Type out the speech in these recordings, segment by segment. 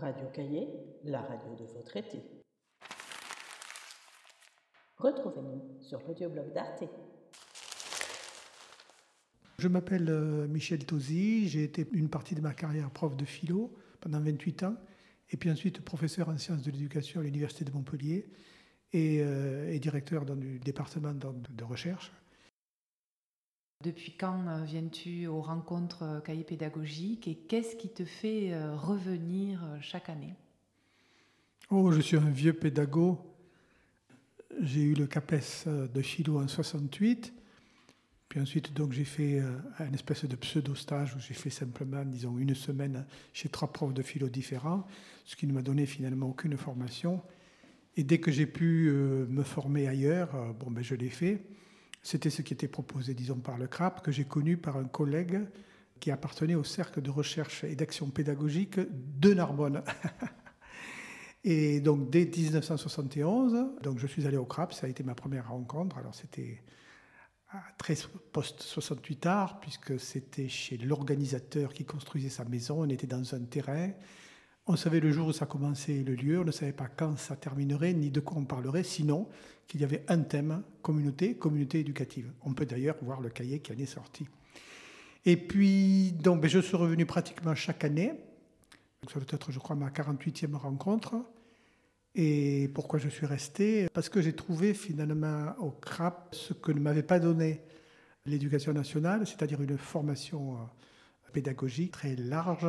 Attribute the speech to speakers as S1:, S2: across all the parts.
S1: Radio Cahier, la radio de votre été. Retrouvez-nous sur l'audioblog d'Arte.
S2: Je m'appelle Michel Tosi, j'ai été une partie de ma carrière prof de philo pendant 28 ans, et puis ensuite professeur en sciences de l'éducation à l'Université de Montpellier et directeur du département de recherche.
S3: Depuis quand viens-tu aux rencontres cahiers pédagogiques et qu'est-ce qui te fait revenir chaque année ?
S2: Oh, je suis un vieux pédago. J'ai eu le CAPES de philo en 68. Puis ensuite, donc, j'ai fait un espèce de pseudo-stage où j'ai fait simplement, disons, une semaine chez 3 profs de philo différents, ce qui ne m'a donné finalement aucune formation. Et dès que j'ai pu me former ailleurs, je l'ai fait. C'était ce qui était proposé, disons, par le CRAP, que j'ai connu par un collègue qui appartenait au Cercle de recherche et d'action pédagogique de Narbonne. Et donc, dès 1971, donc, je suis allé au CRAP, ça a été ma première rencontre. Alors, c'était très post-68 tard, puisque c'était chez l'organisateur qui construisait sa maison. On était dans un terrain. On savait le jour où ça commençait le lieu, on ne savait pas quand ça terminerait, ni de quoi on parlerait, sinon qu'il y avait un thème, communauté éducative. On peut d'ailleurs voir le cahier qui en est sorti. Et puis, donc, je suis revenu pratiquement chaque année. Ça doit être, je crois, ma 48e rencontre. Et pourquoi je suis resté ? Parce que j'ai trouvé finalement au CRAP ce que ne m'avait pas donné l'éducation nationale, c'est-à-dire une formation pédagogique très large,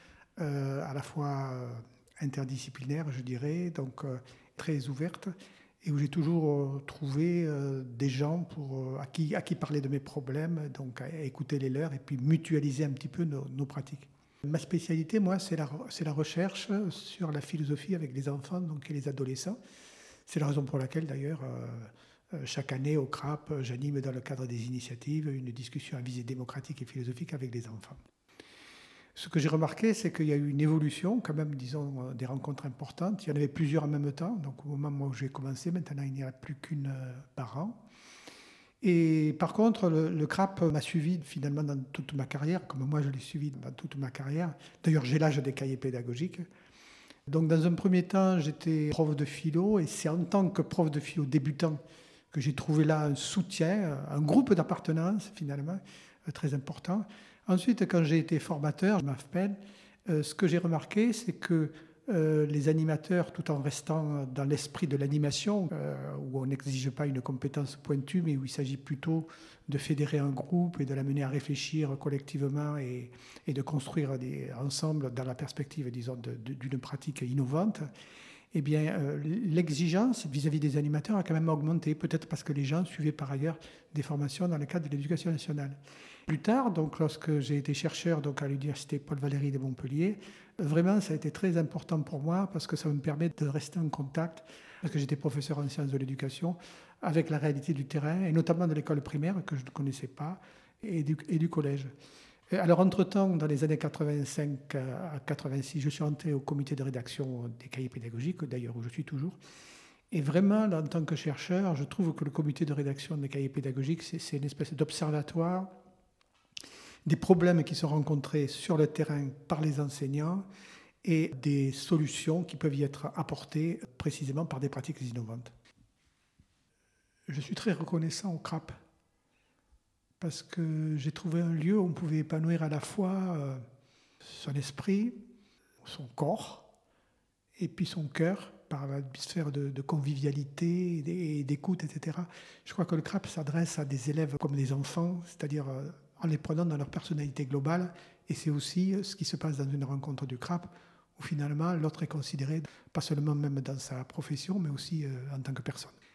S2: à la fois interdisciplinaire, je dirais, donc très ouverte, et où j'ai toujours trouvé des gens à qui parler de mes problèmes, donc à écouter les leurs, et puis mutualiser un petit peu nos pratiques. Ma spécialité, moi, c'est la recherche sur la philosophie avec les enfants donc, et les adolescents. C'est la raison pour laquelle, d'ailleurs, chaque année au CRAP, j'anime dans le cadre des initiatives une discussion à visée démocratique et philosophique avec les enfants. Ce que j'ai remarqué, c'est qu'il y a eu une évolution, quand même, disons, des rencontres importantes. Il y en avait plusieurs en même temps. Donc, au moment où j'ai commencé, maintenant, il n'y en a plus qu'une par an. Et par contre, le CRAP m'a suivi finalement dans toute ma carrière, comme moi je l'ai suivi dans toute ma carrière. D'ailleurs, j'ai l'âge des cahiers pédagogiques. Donc, dans un premier temps, j'étais prof de philo, et c'est en tant que prof de philo débutant que j'ai trouvé là un soutien, un groupe d'appartenance, finalement, très important. Ensuite, quand j'ai été formateur, je m'appelle, ce que j'ai remarqué, c'est que les animateurs, tout en restant dans l'esprit de l'animation, où on n'exige pas une compétence pointue, mais où il s'agit plutôt de fédérer un groupe et de l'amener à réfléchir collectivement et de construire ensemble dans la perspective, disons, d'une pratique innovante, eh bien, l'exigence vis-à-vis des animateurs a quand même augmenté, peut-être parce que les gens suivaient par ailleurs des formations dans le cadre de l'éducation nationale. Plus tard, donc, lorsque j'ai été chercheur donc, à l'université Paul Valéry de Montpellier, vraiment, ça a été très important pour moi parce que ça me permet de rester en contact, parce que j'étais professeur en sciences de l'éducation, avec la réalité du terrain, et notamment de l'école primaire, que je ne connaissais pas, et du collège. Alors, entre-temps, dans les années 85 à 86, je suis entré au comité de rédaction des cahiers pédagogiques, d'ailleurs où je suis toujours. Et vraiment, en tant que chercheur, je trouve que le comité de rédaction des cahiers pédagogiques, c'est une espèce d'observatoire des problèmes qui sont rencontrés sur le terrain par les enseignants et des solutions qui peuvent y être apportées précisément par des pratiques innovantes. Je suis très reconnaissant au CRAP parce que j'ai trouvé un lieu où on pouvait épanouir à la fois son esprit, son corps et puis son cœur par la sphère de convivialité et d'écoute, etc. Je crois que le CRAP s'adresse à des élèves comme des enfants, c'est-à-dire en les prenant dans leur personnalité globale. Et c'est aussi ce qui se passe dans une rencontre du CRAP, où finalement l'autre est considéré, pas seulement même dans sa profession, mais aussi en tant que personne.